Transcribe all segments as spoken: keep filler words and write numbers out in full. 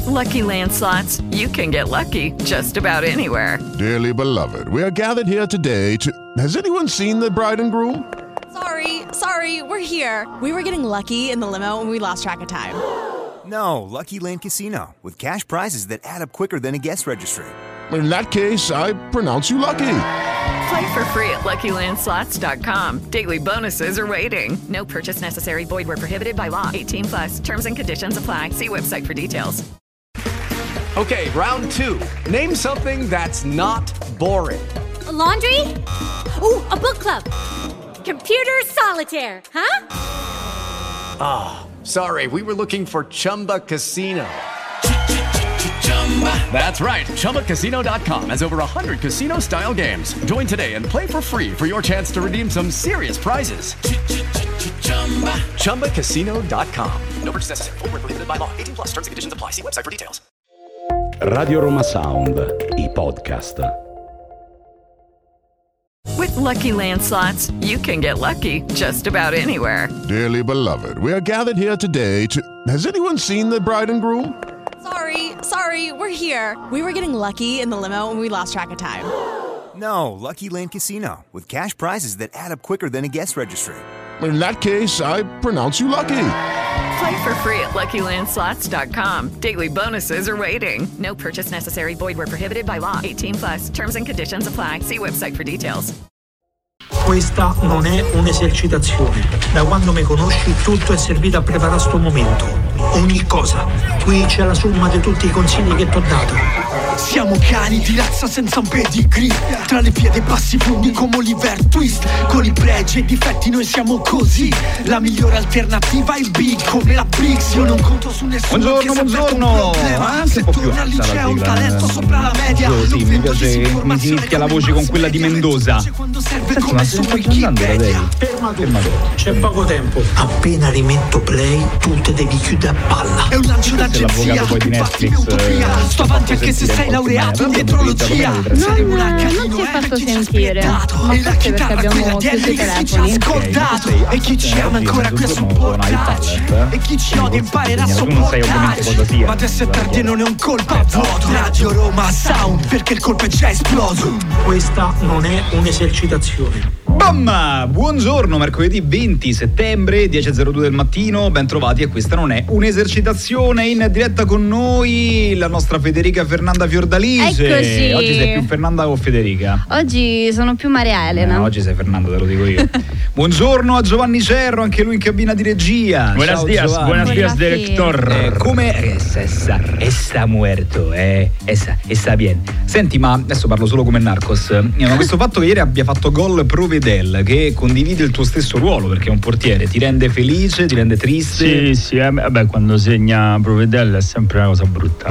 Lucky Land Slots, you can get lucky just about anywhere. Dearly beloved, we are gathered here today to... Has anyone seen the bride and groom? Sorry, sorry, we're here. We were getting lucky in the limo and we lost track of time. No, Lucky Land Casino, with cash prizes that add up quicker than a guest registry. In that case, I pronounce you lucky. Play for free at Lucky Land Slots dot com. Daily bonuses are waiting. No purchase necessary. Void where prohibited by law. eighteen plus. Terms and conditions apply. See website for details. Okay, round two. Name something that's not boring. A laundry? Ooh, a book club. Computer solitaire, huh? Ah, oh, sorry. We were looking for Chumba Casino. That's right. Chumba Casino dot com has over one hundred casino-style games. Join today and play for free for your chance to redeem some serious prizes. Chumba Casino dot com. No purchase necessary. Void where prohibited by law. eighteen plus. Terms and conditions apply. See website for details. Radio Roma Sound, i podcast. With Lucky Land Slots, you can get lucky just about anywhere. Dearly beloved, we are gathered here today to... Has anyone seen the bride and groom? Sorry, sorry, we're here. We were getting lucky in the limo and we lost track of time. No, Lucky Land Casino, with cash prizes that add up quicker than a guest registry. In that case, I pronounce you lucky. Play for free at Lucky Land Slots dot com. Daily bonuses are waiting. No purchase necessary. Void where prohibited by law. eighteen plus. Terms and conditions apply. See website for details. Questa non è un'esercitazione. Da quando mi conosci tutto è servito a preparare sto momento. Ogni cosa. Qui c'è la somma di tutti i consigli che t'ho dato. Siamo cani di razza senza un pedigree. Tra le piede bassi fondi come Oliver Twist. Con i pregi e i difetti noi siamo così. La migliore alternativa è il big come la Briggs. Io non conto su nessuno. Buongiorno, che buongiorno. Anche un po' più alta la sigla. Un talento sopra la media. Io, sì, mi piace, mi si mischia la voce con quella di Mendoza. Senti, ma se sta andando da lei? Fermato, c'è poco tempo. Appena rimetto play, tu te devi chiudere a palla. È un lancio d'agenzia. Poi di Netflix, sto avanti anche se sei laureato in dietrologia. Non, non si è fatto sentire. Ma forse perché abbiamo chiuso i telefoni. Ascoltato. E chi ci ama ancora qui a supportarci. E chi ci odia imparerà a sopportarci. Ma adesso è tardi e non è un colpo. Radio Roma Sound, perché il colpo è già esploso. Questa non è un'esercitazione. Bam! Buongiorno, mercoledì venti settembre, dieci e zero due del mattino, ben trovati e questa non è un'esercitazione. In diretta con noi la nostra Federica Fernanda Fiordalise. Eccoci. Oggi sei più Fernanda o Federica? Oggi sono più Maria Elena. Eh, oggi sei Fernanda, te lo dico io. Buongiorno a Giovanni Cerro, anche lui in cabina di regia. Buenos Ciao, dias, Giovanni. buenos dias, director. Eh, come essa, essa muerto, eh? Essa, essa bien. Senti, ma adesso parlo solo come Narcos. Ma questo fatto che ieri abbia fatto gol Provedel, che condivide il tuo stesso ruolo perché è un portiere, ti rende felice, ti rende triste? Sì, sì, eh, vabbè, quando segna Provedel è sempre una cosa brutta.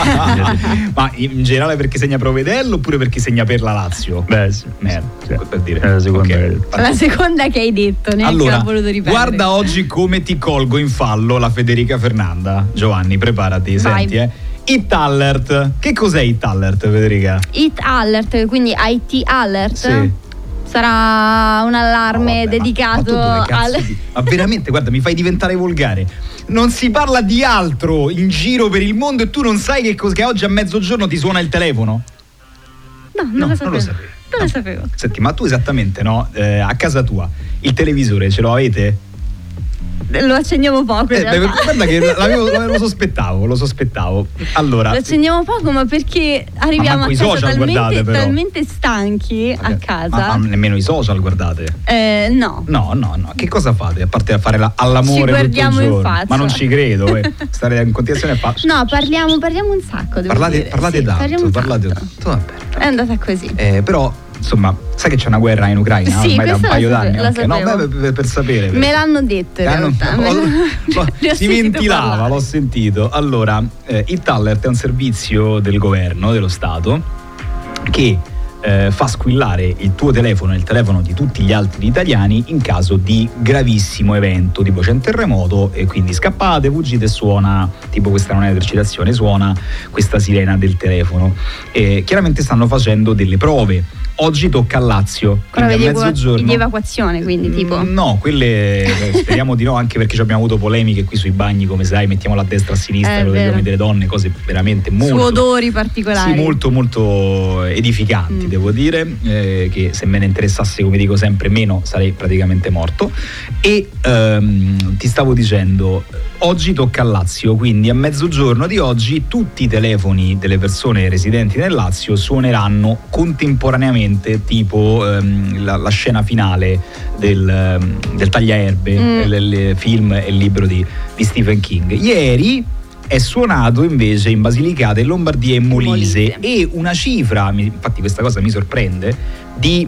Ma in generale perché segna Provedel oppure perché segna per la Lazio? Beh, sì. Merda, sì. Per dire. È la seconda, okay. La seconda che hai detto, neanche allora, l'ho voluto ripetere. Guarda oggi come ti colgo in fallo la Federica Fernanda. Giovanni, preparati, Vai. senti eh. Hit Alert. Che cos'è Hit Alert, Federica? Hit Alert, quindi I T Alert. Sì. Sarà un allarme no, vabbè, dedicato ma, ma al... di... ma veramente, guarda, mi fai diventare volgare. Non si parla di altro in giro per il mondo e tu non sai che, cos- che oggi a mezzogiorno ti suona il telefono? No, non no, lo sapevo. Non lo sapevo. Non no. lo sapevo. Senti, ma tu esattamente, no? Eh, a casa tua, il televisore ce lo avete? Lo accendiamo poco in eh, realtà. Guarda che l'avevo, lo sospettavo, lo sospettavo. Allora, lo accendiamo poco, ma perché arriviamo ma a i casa social talmente, guardate, però. talmente stanchi Vabbè, a casa. Ma, ma nemmeno i social guardate? Eh, no. No, no, no. Che cosa fate? A parte a fare la, all'amore ci guardiamo tutto il giorno? in faccia. Ma non ci credo, eh. Stare in continuazione a fa... No, parliamo, parliamo un sacco. Devo parlate dire. parlate sì, tanto, parlate tanto. tanto. Vabbè. È andata così. Eh, però, insomma, sai che c'è una guerra in Ucraina? Sì, ormai da un paio sape- d'anni anche, no? sapevo. Beh, per, per sapere. Me l'hanno detto in Hanno, realtà. ho, ho, Ne ho si sentito ventilava, parlare. l'ho sentito. Allora, eh, Hit Alert è un servizio del governo, dello Stato, che eh, fa squillare il tuo telefono e il telefono di tutti gli altri italiani in caso di gravissimo evento, tipo c'è un terremoto e quindi scappate, fuggite e suona, tipo questa non è esercitazione, suona questa sirena del telefono. E chiaramente stanno facendo delle prove oggi tocca al Lazio, Però quindi a vedi mezzogiorno. di evacuazione, quindi tipo No, quelle speriamo di no, anche perché abbiamo avuto polemiche qui sui bagni, come sai, mettiamola a destra a sinistra, È quello degli vero. uomini e delle donne, cose veramente molto su odori particolari. Sì, molto molto edificanti, Mm. devo dire, eh, che se me ne interessasse, come dico sempre, meno sarei praticamente morto. E ehm, ti stavo dicendo, oggi tocca al Lazio, quindi a mezzogiorno di oggi tutti i telefoni delle persone residenti nel Lazio suoneranno contemporaneamente, tipo ehm, la, la scena finale del, ehm, del Tagliaerbe, Mm. il, il film e il libro di, di Stephen King. Ieri è suonato invece in Basilicata, in Lombardia e in Molise, Molise. e una cifra, mi- infatti questa cosa mi sorprende, di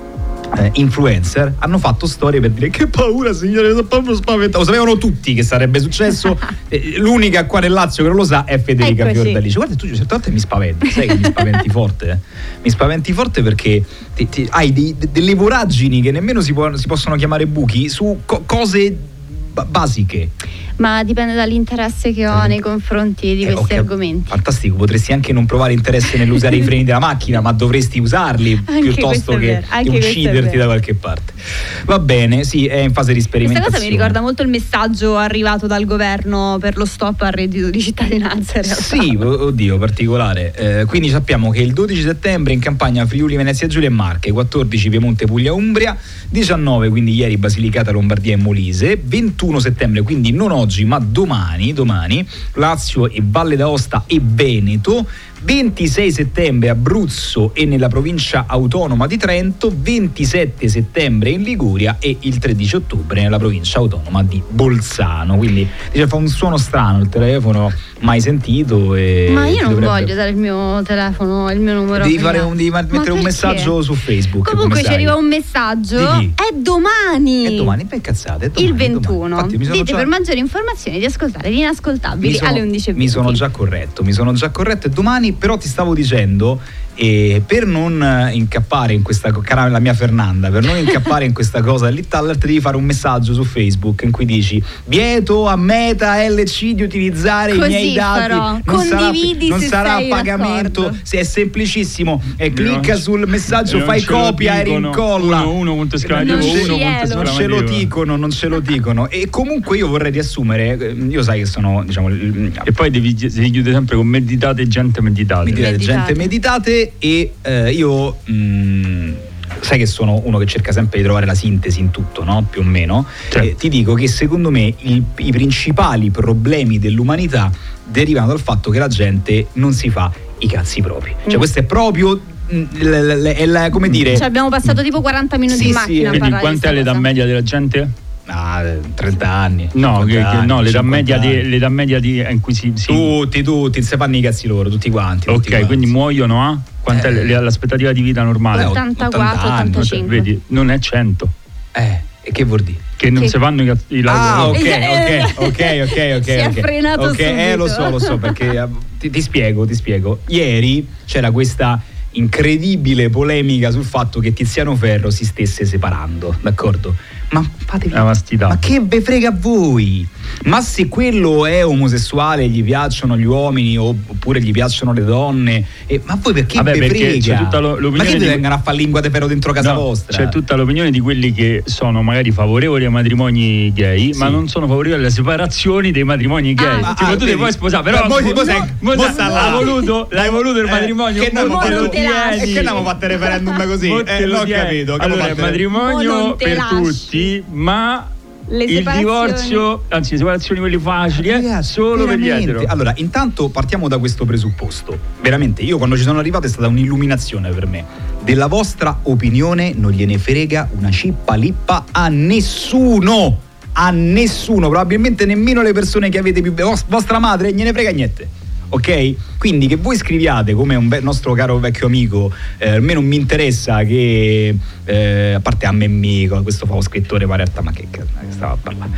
eh, influencer hanno fatto storie per dire che paura signore, sono proprio spaventato. Lo sapevano tutti che sarebbe successo. Eh, l'unica qua nel Lazio che non lo sa è Federica Eccoci. Fiordalice. Guarda, tu certe volte mi spaventi, sai che mi spaventi forte, eh? Mi spaventi forte perché ti- ti- hai dei- de- delle voragini che nemmeno si, può- si possono chiamare buchi su co- cose ba- basiche. Ma dipende dall'interesse che ho nei confronti di Eh, questi ok, argomenti. Fantastico, potresti anche non provare interesse nell'usare i freni della macchina, ma dovresti usarli Anche piuttosto questo è che, vero, anche che questo è ucciderti vero. da qualche parte. Va bene, sì, è in fase di Questa sperimentazione. cosa mi ricorda molto il messaggio arrivato dal governo per lo stop al reddito di cittadinanza, in realtà. Sì, oddio, particolare. Eh, quindi sappiamo che il dodici settembre in campagna Friuli, Venezia Giulia e Marche, quattordici Piemonte, Puglia, Umbria, diciannove quindi ieri Basilicata, Lombardia e Molise, ventuno settembre, quindi non oggi ma domani, domani Lazio e Valle d'Aosta e Veneto, ventisei settembre Abruzzo e nella provincia autonoma di Trento, ventisette settembre in Liguria e il tredici ottobre nella provincia autonoma di Bolzano. Quindi dice, fa un suono strano il telefono, mai sentito. E Ma io ti non dovrebbe- voglio dare il mio telefono, il mio numero. Devi, a fare Fernando. un, devi Ma mettere un perché? messaggio su Facebook. Comunque come ci sai. arriva un messaggio. Di chi? È domani. È domani, beh cazzate, è domani, il è domani. ventuno. Infatti, mi sono Dite già- per maggiori informazioni di ascoltare gli inascoltabili mi sono, alle undici e venti. mi sono già corretto, mi sono già corretto, è domani, però ti stavo dicendo, e per non eh, incappare in questa co- cara la mia Fernanda, per non incappare in questa cosa dell'Italler, devi fare un messaggio su Facebook in cui dici: vieto a Meta L C di utilizzare Così i miei dati, farò. non sarà, Condividi non se sarà a sei pagamento, d'accordo. se è semplicissimo, e clicca Non- sul messaggio, non fai ce lo copia e dicono. rincolla. Uno, uno, punto esclamativo, Non ce- uno, punto non ce lo esclamativo. dicono, non ce lo dicono. E comunque io vorrei riassumere, eh, io sai che sono, diciamo, il- E poi devi, devi chiudere sempre con meditate, gente meditate. meditate, Meditate. gente meditate, e eh, io mh, sai che sono uno che cerca sempre di trovare la sintesi in tutto, no? Più o meno. Certo. Eh, ti dico che secondo me il- i principali problemi dell'umanità derivano dal fatto che la gente non si fa i cazzi propri. Cioè Mm. questo è proprio mh, l- l- l- è la- come dire, Ci abbiamo passato tipo quaranta minuti Sì, in sì, macchina a Quindi parlare quant'è di l'età sta cosa. media della gente? ah, trenta anni. No, che, cinquanta che- no anni, l'età cinquanta media, di, anni. l'età media di, in cui si... si- Tutti, tutti, se fanno i cazzi loro, tutti quanti. tutti ok, quanti. quindi muoiono a? Quant'è Eh. l- l'aspettativa di vita normale? Eh, ottantaquattro, ottanta anni, ottantacinque. Vedi, non è cento. Eh, e che vuol dire? Che non Che- si fanno i cazzi i Ah, ok, Eh, ok, ok, ok, ok. si è ok. frenato Ok, eh, lo subito. so, lo so, perché eh, ti, ti spiego, ti spiego. Ieri c'era questa incredibile polemica sul fatto che Tiziano Ferro si stesse separando, d'accordo? Ma fatevi, Una vastità. ma che ve frega a voi? Ma se quello è omosessuale, gli piacciono gli uomini o- oppure gli piacciono le donne, e, ma voi perché Vabbè, ve perché frega? c'è tutta lo- ma l'opinione che di- vi vengono a fare lingua de ferro dentro casa No, vostra? c'è tutta l'opinione di quelli che sono magari favorevoli ai matrimoni gay, Sì. ma non sono favorevoli alle separazioni dei matrimoni gay. Ah, tipo, ah, tu ti vedi? puoi sposare, però Ma mo- mo- no, sei- mo- mo sa- sta là. l'hai voluto, l'hai voluto il Eh, matrimonio, che non mo te te lo lo tieni. E tieni. che abbiamo fatto il referendum così? Mo Eh, te lo l'ho tieni. capito. che Allora, abbiamo il fatto- matrimonio Mo non te per lasci. tutti, ma Le il separazioni. divorzio, anzi le separazioni quelli facili, eh, Ragazzi, solo per gli veramente. etero. Allora, intanto partiamo da questo presupposto. Veramente, io quando ci sono arrivato è stata un'illuminazione per me. Della vostra opinione non gliene frega una cippa lippa a nessuno. A nessuno, probabilmente nemmeno le persone che avete più. vos- vostra madre gliene frega niente. Ok? Quindi che voi scriviate come un ve- nostro caro vecchio amico, eh, a me non mi interessa che eh, a parte a me amico, questo fa lo scrittore pare a ma che cazzo che stava a parlare.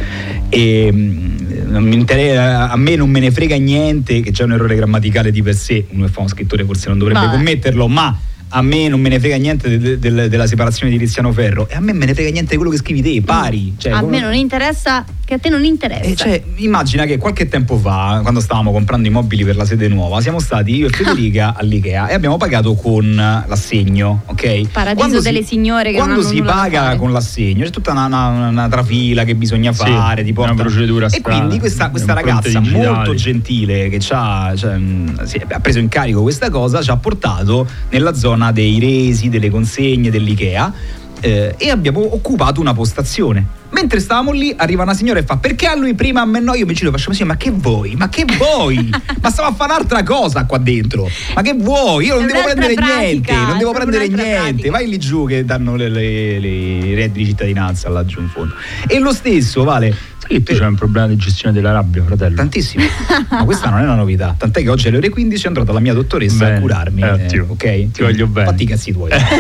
E, mm, non mi interessa, a me non me ne frega niente, che c'è un errore grammaticale di per sé, uno che fa uno scrittore forse non dovrebbe Vabbè. commetterlo, ma a me non me ne frega niente de, de, de, della separazione di Tiziano Ferro e a me me ne frega niente di quello che scrivi te, pari. Cioè, a come... me non interessa, che a te non interessa. E cioè, immagina che qualche tempo fa, quando stavamo comprando i mobili per la sede nuova, siamo stati io e Federica all'Ikea e abbiamo pagato con l'assegno, ok? Paradiso quando delle si, signore che quando non hanno si nulla da paga fare. con l'assegno c'è tutta una, una, una trafila che bisogna Sì, fare, ti porta... una procedura e strana, quindi questa, questa impronte ragazza digitali. molto gentile che c'ha, cioè, sì, ha preso in carico questa cosa, ci ha portato nella zona dei resi, delle consegne dell'Ikea eh, e abbiamo occupato una postazione. Mentre stavamo lì arriva una signora e fa: perché a lui prima, a me no? Io mi giro e faccio: ma che vuoi? Ma che vuoi? Ma stavo a fare un'altra cosa qua dentro. Ma che vuoi? Io non È devo un'altra prendere pratica, niente. Non è devo proprio prendere un'altra niente. pratica. Vai lì giù che danno le, le, le, i redditi di cittadinanza laggiù in fondo. E lo stesso vale. Sì, tu c'è un problema di gestione della rabbia, fratello. Tantissimo. Ma questa non è una novità. Tant'è che oggi alle ore quindici andrò dalla mia dottoressa Bene, a curarmi. è ottimo. Eh, ok? Ti voglio bene. Fatti i cazzi tuoi. Questo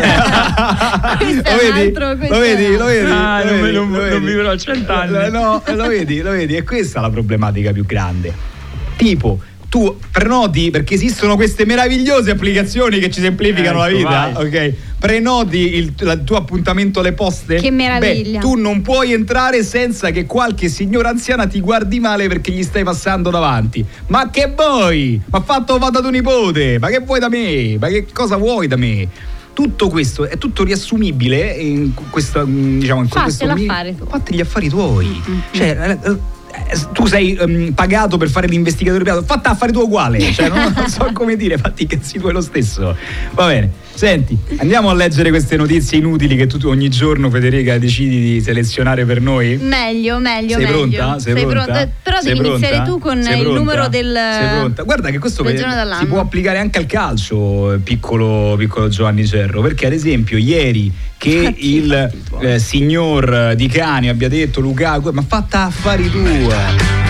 Lo è un vedi? altro, questo Lo è vedi? un Lo vedi? Ah, Lo non, vedi? non, Lo non vedi? vivrò cent'anni. No, lo vedi, lo vedi, e questa è la problematica più grande. Tipo, tu prenoti perché esistono queste meravigliose applicazioni che ci semplificano Ecco, la vita, vai. ok? Prenoti il, il tuo appuntamento alle poste. Che meraviglia. Beh, tu non puoi entrare senza che qualche signora anziana ti guardi male perché gli stai passando davanti. Ma che vuoi? Ma fatto va da tuo nipote? Ma che vuoi da me? Ma che cosa vuoi da me? Tutto questo è tutto riassumibile in questo, diciamo, in Fatti questo l'affare tu. fatti gli affari tuoi. Cioè, eh, eh, tu sei um, pagato per fare l'investigatore privato, fatti affari tu uguale. Cioè, non, non so come dire, fatti i cazzi tuoi lo stesso. Va bene. Senti, andiamo a leggere queste notizie inutili che tu ogni giorno, Federica, decidi di selezionare per noi. Meglio, meglio, Sei meglio. pronta? Sei pronta? Eh, Però Sei devi pronta? iniziare tu con Sei il pronta? numero del. Sei pronta? Guarda che questo del per- giorno dell'anno. si può applicare anche al calcio, eh, piccolo, piccolo Giovanni Cerro, perché ad esempio ieri che Fatti, il fatti tuoi. eh, signor Di Cani abbia detto Lukaku, ma fatta affari tua.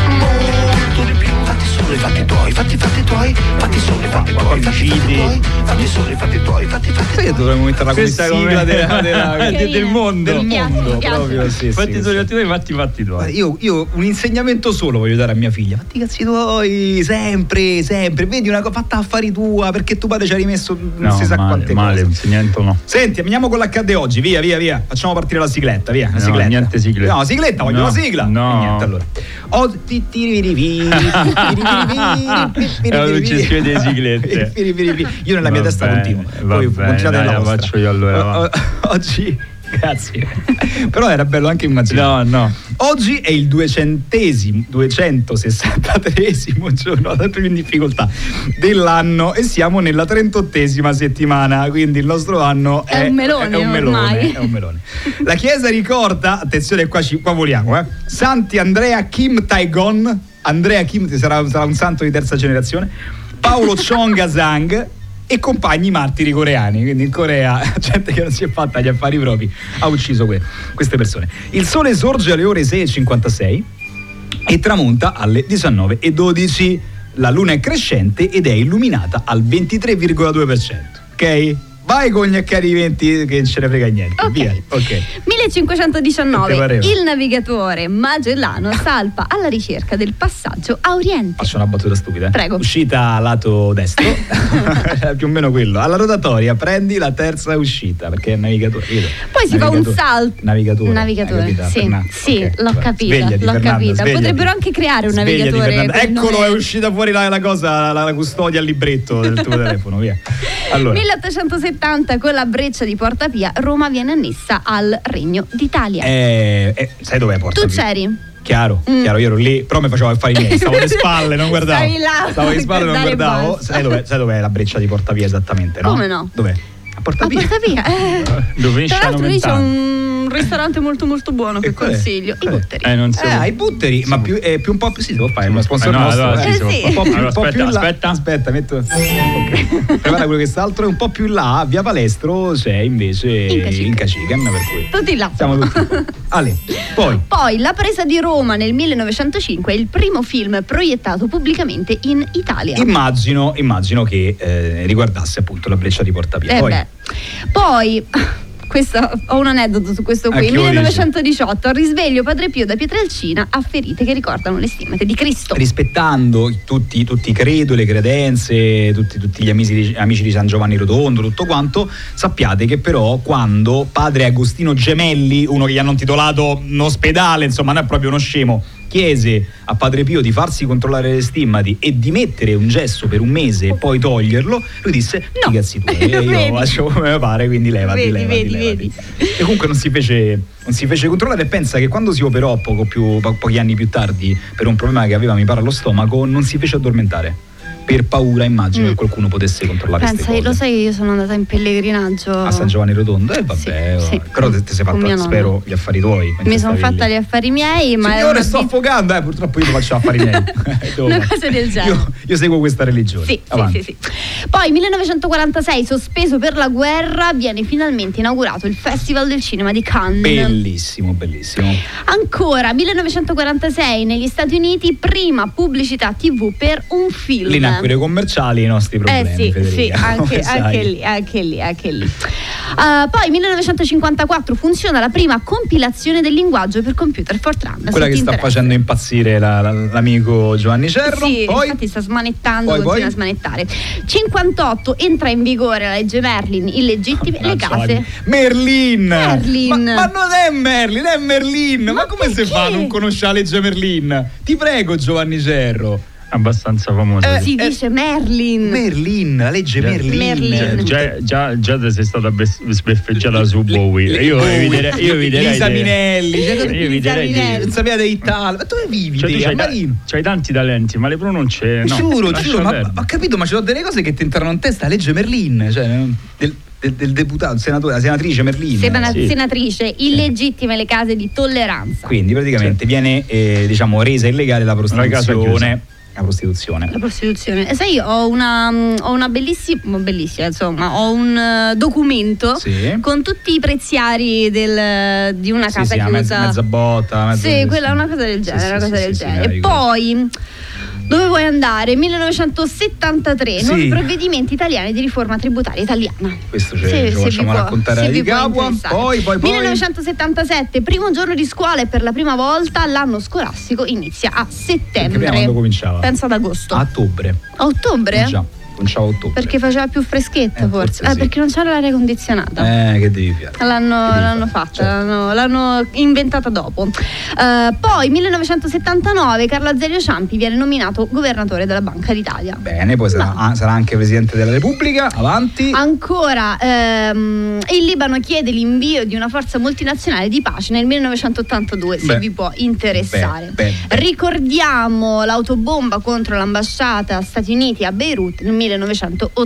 Fatti tuoi, fatti fatti tuoi, fatti solo i fatti tuoi, fatti tuoi, fatti solo i fatti tuoi, fatti fatti Sai che dovremmo metterla come Questa sigla come- della, della, Carina. del mondo. del Piace, mondo piace. proprio, sì, Fatti sì, solo sì. i fatti tuoi, fatti i fatti tuoi. Guarda, Io, io un insegnamento solo voglio dare a mia figlia: fatti i cazzi tuoi, sempre, sempre. Vedi una cosa, fatta affari tua, perché tuo padre ci ha rimesso non No, si sa male, quante male, cose. insegnamento no. Senti, andiamo con l'accadde oggi, via, via, via. Facciamo partire la sigletta, via. La No, sigletta. niente sigletta. No, sigletta, voglio No, la sigla. no. E niente, allora. Oh, ti- ti- ri- ri- ri- È una successione di siglette. Ri- ri- ri- Io nella mia Va testa bene, continuo. va Poi bene, continuate dai, nella la vostra. faccio io allora, va. O- o- Oggi grazie. Però era bello anche immaginare. No, no. Oggi è il duecentesimo, duecentosessantatreesimo giorno, più in difficoltà dell'anno e siamo nella trentottesima settimana, quindi il nostro anno è, È un melone è un melone, ormai. è un melone. La chiesa ricorda, attenzione qua, ci, qua voliamo, eh, Santi Andrea Kim Taegon, Andrea Kim sarà, sarà un santo di terza generazione, Paolo Chongasang e compagni martiri coreani, quindi in Corea gente che non si è fatta gli affari propri ha ucciso que- queste persone. Il sole sorge alle ore sei e cinquantasei e tramonta alle diciannove e dodici. La luna è crescente ed è illuminata al ventitré virgola due per cento. Ok? Vai con gli accari venti che non ce ne frega niente. Ok. Via. Ok. millecinquecentodiciannove, Che te pareva? il navigatore Magellano salpa alla ricerca del passaggio a Oriente. Faccio una battuta stupida. eh. Prego. Uscita lato destro, più o meno quello. Alla rotatoria prendi la terza uscita perché è navigatore. Vedo. Poi si fa un Navigatore. salto. Navigatore. Navigatore, Hai capito, sì, Fernanda? sì, Ok, l'ho vai. capita, Svegliati, l'ho Fernanda, capita. svegliati. Potrebbero anche creare un Svegliati, navigatore Fernanda. per il Eccolo, nome. è uscita fuori la, la cosa, la, la custodia al libretto del tuo telefono, via. Allora. milleottocentosettanta, con la breccia di Porta Pia, Roma viene annessa al Regno d'Italia. Eh, eh, sai dov'è Porta Tu Pia? c'eri? Chiaro, Mm. chiaro, io ero lì, però mi facevo affari miei, stavo alle spalle, non guardavo. Stavi là, Stavo alle spalle, non guardare guardavo. basta. Sai dov'è, sai dov'è la breccia di Porta Pia esattamente, no? Come no? Dov'è? A Porta A Pia. Porta Pia. Eh. Dove finisce Tra l'altro lì c'è Nomentana. un ristorante molto molto buono che qual è? consiglio, i Qual è? Butteri. Eh, non so. Eh, ai butteri, ma più, è più un po' più sì, devo fare uno sponsor Eh, no, nostro. allora, eh. sì, Eh, sì. sì. Un po' più, Allora, un po' aspetta, più in là. aspetta. Aspetta, metto. Ok. Prepara quello che sta altro, e un po' più in là, via Palestro, c'è invece In Cacica. in Cacican, per cui Tutti là. siamo tutti. Ale, poi Poi La presa di Roma nel millenovecentocinque è il primo film proiettato pubblicamente in Italia. immagino, immagino che eh, riguardasse appunto la breccia di Porta Pia. Eh Poi beh. Poi questo, ho un aneddoto su questo qui. Ecco, millenovecentodiciotto, al risveglio Padre Pio da Pietrelcina ha ferite che ricordano le stimmate di Cristo. Rispettando tutti, tutti i credo, le credenze, tutti, tutti gli amici di, amici di San Giovanni Rotondo, tutto quanto, sappiate che però quando padre Agostino Gemelli, uno che gli hanno intitolato un ospedale, insomma non è proprio uno scemo, chiese a Padre Pio di farsi controllare le stimmati e di mettere un gesso per un mese e poi toglierlo, lui disse no, cazzi tu, io lo faccio come mi pare, quindi levati, vedi, levati, vedi, levati. vedi. E comunque non si fece non si fece controllare, e pensa che quando si operò poco più, po- pochi anni più tardi per un problema che aveva mi pare allo stomaco, non si fece addormentare per paura, immagino, mm. che qualcuno potesse controllare queste Pensa, cose. lo sai che io sono andata in pellegrinaggio a San Giovanni Rotondo? Eh vabbè, sì, sì. Però te, te sei fatta, spero, gli affari tuoi. Mi sono fatta lì. Gli affari miei, ma Signore, è sto affogando, eh, purtroppo io ti faccio affari miei. una cosa del genere. Io, io seguo questa religione. Sì, sì, sì, sì. Poi millenovecentoquarantasei, sospeso per la guerra, viene finalmente inaugurato il Festival del Cinema di Cannes. Bellissimo, bellissimo. Ancora, millenovecentoquarantasei, negli Stati Uniti, prima pubblicità tivù per un film. Lì nacquero i commerciali, i nostri problemi, eh sì, Federica, sì, anche, anche lì, anche lì, anche lì. Uh, poi millenovecentocinquantaquattro funziona la prima compilazione del linguaggio per computer Fortran. Quella che sta facendo impazzire la, la, l'amico Giovanni Cerro. Sì, poi, infatti sta smanettando, poi, continua poi. a smanettare. cinquantotto entra in vigore la legge Merlin, illegittime le case. Merlin! Merlin! Ma, ma non è Merlin, è Merlin! Ma, ma come perché? si fa a non conoscere la legge Merlin? Ti prego, Giovanni Cerro. Abbastanza famosa. Eh, si eh, dice Merlin. Merlin, la legge già, Merlin. Merlin. Già, già, già te sei stata sbeffeggiata su Bowie. Io eviterei. Io eviterei Lisa Minelli. Io eviterei. Non sapete Italia. Ma dove vivi? Cioè, te? c'hai, ta- c'hai tanti talenti, ma le pronunce. No, giuro, giuro. Ma ho capito, ma ci sono delle cose che ti entrano in testa. La legge Merlin. Cioè, del, del, del deputato, senatore, la senatrice Merlin. Sembra sì. Senatrice, illegittime le case di tolleranza. Quindi praticamente sì. viene eh, diciamo resa illegale la prostituzione. La prostituzione. La prostituzione. Sai, io ho una, ho una bellissima, bellissima, insomma, ho un uh, documento sì. con tutti i preziari del, di una casa sì, sì, chiusa. Mezza, mezza botta. Mezza sì, quella è una cosa del genere, sì, una cosa sì, del sì, genere. Sì, poi dove vuoi andare? millenovecentosettantatré, sì. nuovi provvedimenti italiani di riforma tributaria italiana. Questo ce se, lo facciamo raccontare di Capua. Poi, poi, poi. millenovecentosettantasetté, primo giorno di scuola e per la prima volta l'anno scolastico inizia a settembre. Quando cominciava? Pensa ad agosto. A ottobre. A ottobre? Eh già. Cominciava a ottobre. Perché faceva più freschetto eh, forse. forse Ah, sì. perché non c'era l'aria condizionata. Eh, che devi fare? L'hanno, l'hanno fare? fatta, Certo. l'hanno, l'hanno inventata dopo. Uh, poi millenovecentosettantanove Carlo Azeglio Ciampi viene nominato governatore della Banca d'Italia. Bene, poi sarà, no. sarà anche presidente della Repubblica. Avanti. Ancora ehm, il Libano chiede l'invio di una forza multinazionale di pace nel millenovecentottantadue, beh, se vi può interessare. Beh, beh, beh. Ricordiamo l'autobomba contro l'ambasciata Stati Uniti a Beirut nel millenovecentottantaquattro.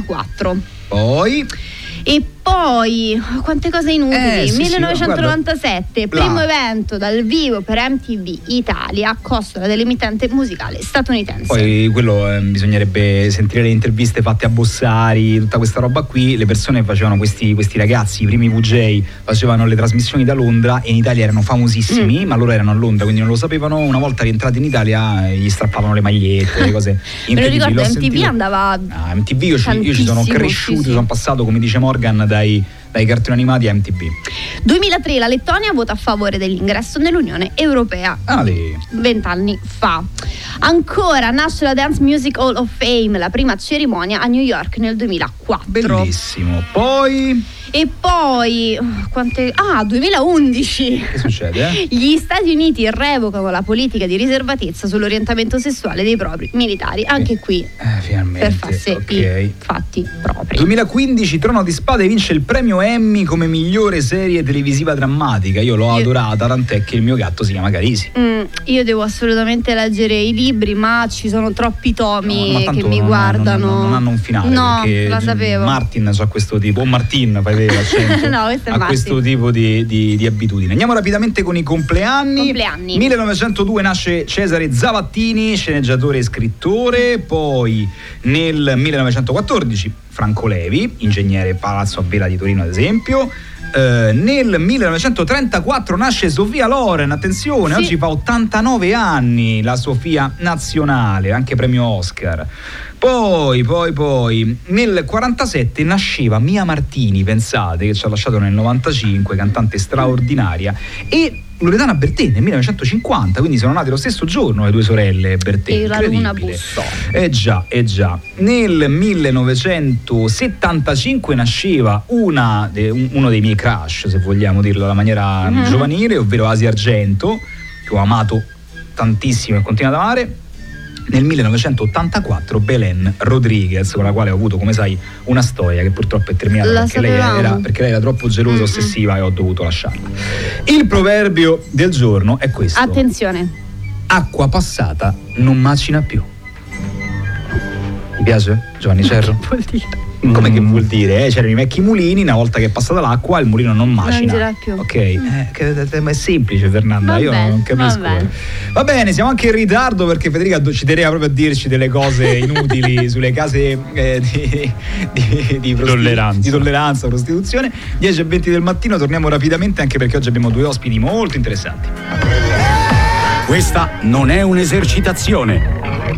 Poi e poi quante cose inutili. eh, sì, millenovecentonovantasette sì, primo evento dal vivo per M T V Italia a costola dell'emittente musicale statunitense. Poi quello eh, bisognerebbe sentire le interviste fatte a Bossari, tutta questa roba qui. Le persone facevano questi, questi ragazzi, i primi V J facevano le trasmissioni da Londra e in Italia erano famosissimi, mm. ma loro erano a Londra quindi non lo sapevano. Una volta rientrati in Italia eh, gli strappavano le magliette, le cose me lo ricordo, M T V sentito. andava ah, M T V io ci, io ci sono cresciuto, sì, sì. sono passato come dice Morgan dai, dai cartoni animati a M T V. duemilatré la Lettonia vota a favore dell'ingresso nell'Unione Europea. Ale. Vent'anni fa. Ancora nasce la Dance Music Hall of Fame, la prima cerimonia a New York nel duemilaquattro. Bellissimo. Poi E poi quante ah duemilaundici che succede? Gli Stati Uniti revocano la politica di riservatezza sull'orientamento sessuale dei propri militari. Anche qui eh, finalmente per farsi okay. i fatti propri. duemilaquindici Trono di Spade vince il premio Emmy come migliore serie televisiva drammatica. Io l'ho io... adorata, tant'è che il mio gatto si chiama Carisi. Mm, io devo assolutamente leggere i libri, ma ci sono troppi tomi no, che mi non, guardano. Non, non, non hanno un finale. No, perché la sapevo. Martin so questo tipo, o Martin fai vedere l'accento. No, questo è ha Martin. Questo tipo di, di, di abitudine. Andiamo rapidamente con i compleanni. Compleanni. millenovecentodue nasce Cesare Zavattini, sceneggiatore e scrittore. Poi nel millenovecentoquattordici Franco Levi, ingegnere Palazzo a Vela di Torino ad esempio. Eh, nel millenovecentotrentaquattro nasce Sofia Loren, attenzione, sì. Oggi fa ottantanove anni, la Sofia nazionale, anche premio Oscar. Poi, poi, poi, nel quarantasette nasceva Mia Martini, pensate, che ci ha lasciato nel novantacinque, cantante straordinaria, e Loredana Bertè nel millenovecentocinquanta, quindi sono nate lo stesso giorno le due sorelle Bertè. E la luna bussò. Eh già, eh già. Nel millenovecentosettantacinque nasceva una de, un, uno dei miei crush, se vogliamo dirlo alla maniera mm-hmm. giovanile, ovvero Asia Argento, che ho amato tantissimo e continuo ad amare. Nel millenovecentottantaquattro Belen Rodriguez, con la quale ho avuto, come sai, una storia che purtroppo è terminata perché lei, era, perché lei era troppo gelosa, mm-hmm. ossessiva, e ho dovuto lasciarla. Il proverbio del giorno è questo: attenzione, acqua passata non macina più. Ti piace, Giovanni Cerro? Che vuol dire? Come mm. che vuol dire? Eh? C'erano i vecchi mulini, una volta che è passata l'acqua il mulino non macina. Non gira più. Ok, eh, che, è semplice, Fernanda, va io bene, non capisco. Va bene. va bene, siamo anche in ritardo perché Federica ci teneva proprio a dirci delle cose inutili sulle case eh, di, di, di, prosti- tolleranza. di tolleranza, prostituzione. dieci e venti del mattino, torniamo rapidamente anche perché oggi abbiamo due ospiti molto interessanti. Questa non è un'esercitazione.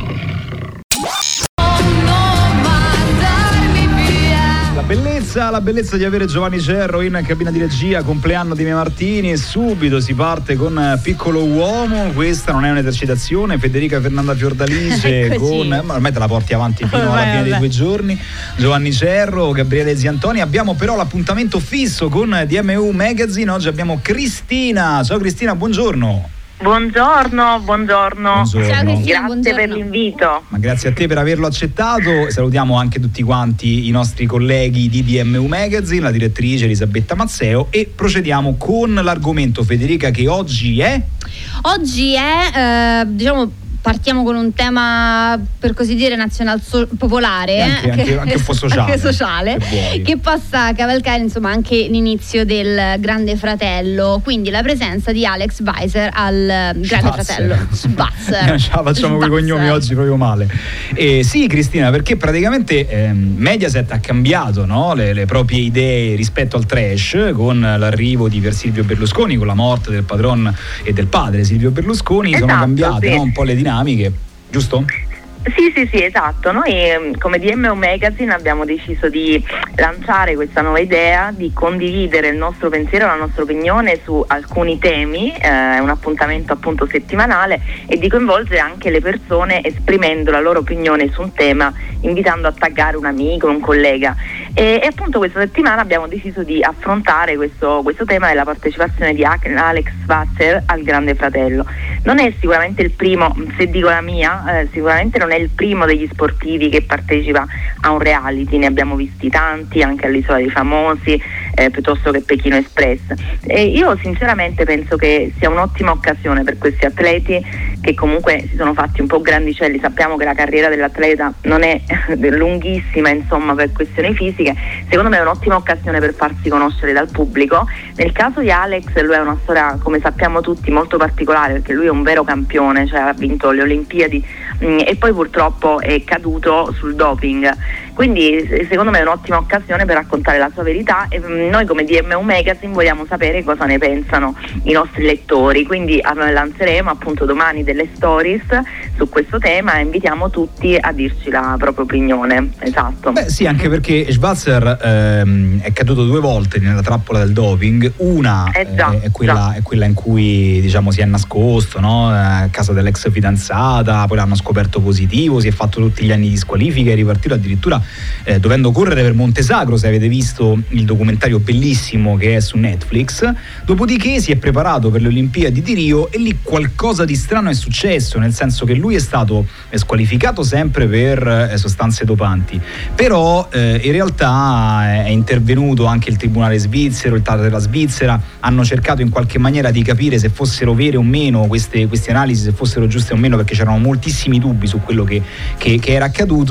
Bellezza, la bellezza di avere Giovanni Cerro in cabina di regia, compleanno di Mia Martini, e subito si parte con Piccolo Uomo. Questa non è un'esercitazione. Federica Fernanda Fiordalice con, ma ormai te la porti avanti fino alla fine dei due giorni. Giovanni Cerro, Gabriele Ziantoni. Abbiamo però l'appuntamento fisso con D M U Magazine. Oggi abbiamo Cristina. Ciao Cristina, buongiorno. Buongiorno, buongiorno. buongiorno. Ciao, Grazie buongiorno. per l'invito. Ma grazie a te per averlo accettato. Salutiamo anche tutti quanti i nostri colleghi di D M U Magazine, la direttrice Elisabetta Mazzeo, e procediamo con l'argomento, Federica, che oggi è? Oggi è, eh, diciamo, partiamo con un tema, per così dire, nazional so- popolare, anche, eh, anche, anche un po' sociale, anche sociale che, che possa cavalcare insomma anche l'inizio del Grande Fratello, quindi la presenza di Alex Weiser al Grande Fratello. Schwarzer. Ce la facciamo con i cognomi oggi proprio male. Eh, sì, Cristina, perché praticamente ehm, Mediaset ha cambiato, no, le, le proprie idee rispetto al trash con l'arrivo di Pier Silvio Berlusconi, con la morte del padron e del padre Silvio Berlusconi. Esatto, sono cambiate, sì. no, un po' le dinamiche, giusto? Sì, sì, sì, esatto. Noi come D M U Magazine abbiamo deciso di lanciare questa nuova idea, di condividere il nostro pensiero, la nostra opinione su alcuni temi, è eh, un appuntamento appunto settimanale, e di coinvolgere anche le persone esprimendo la loro opinione su un tema, invitando a taggare un amico, un collega. E, e appunto questa settimana abbiamo deciso di affrontare questo, questo tema della partecipazione di Alex Weiser al Grande Fratello. Non è sicuramente il primo, se dico la mia, eh, sicuramente non è il primo degli sportivi che partecipa a un reality, ne abbiamo visti tanti anche all'Isola dei Famosi, eh, piuttosto che Pechino Express, e io sinceramente penso che sia un'ottima occasione per questi atleti che comunque si sono fatti un po' grandicelli. Sappiamo che la carriera dell'atleta non è lunghissima, insomma, per questioni fisiche. Secondo me è un'ottima occasione per farsi conoscere dal pubblico. Nel caso di Alex, lui è una storia, come sappiamo tutti, molto particolare, perché lui è un vero campione, cioè ha vinto le Olimpiadi mh, e poi purtroppo è caduto sul doping. Quindi secondo me è un'ottima occasione per raccontare la sua verità, e noi come D M U Magazine vogliamo sapere cosa ne pensano i nostri lettori. Quindi lanceremo appunto domani delle stories su questo tema e invitiamo tutti a dirci la propria opinione. Esatto. Beh sì, anche perché Schwarzer ehm, è caduto due volte nella trappola del doping. Una eh già, è, quella, è quella in cui diciamo si è nascosto, no? A casa dell'ex fidanzata, poi l'hanno scoperto positivo, si è fatto tutti gli anni di squalifica e è ripartito addirittura Eh, dovendo correre per Montesagro, se avete visto il documentario bellissimo che è su Netflix. Dopodiché si è preparato per le Olimpiadi di Rio e lì qualcosa di strano è successo, nel senso che lui è stato eh, squalificato sempre per eh, sostanze dopanti, però eh, in realtà è intervenuto anche il tribunale svizzero, il T A R della Svizzera, hanno cercato in qualche maniera di capire se fossero vere o meno queste, queste analisi, se fossero giuste o meno, perché c'erano moltissimi dubbi su quello che, che, che era accaduto.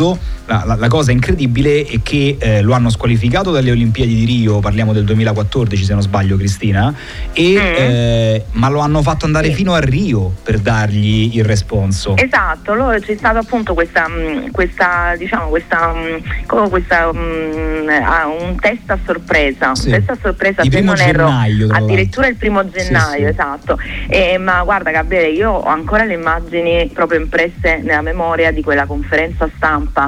la, la, la cosa incredibile è che eh, lo hanno squalificato dalle Olimpiadi di Rio, parliamo del duemilaquattordici se non sbaglio Cristina, e, mm. eh, ma lo hanno fatto andare sì. fino a Rio per dargli il responso. Esatto, lo, c'è stata appunto questa, questa diciamo questa, come questa um, un test a sorpresa, sì. un test a sorpresa il se primo non erro, gennaio, addirittura il primo gennaio, sì, sì. esatto. E, ma guarda Gabriele, io ho ancora le immagini proprio impresse nella memoria di quella conferenza stampa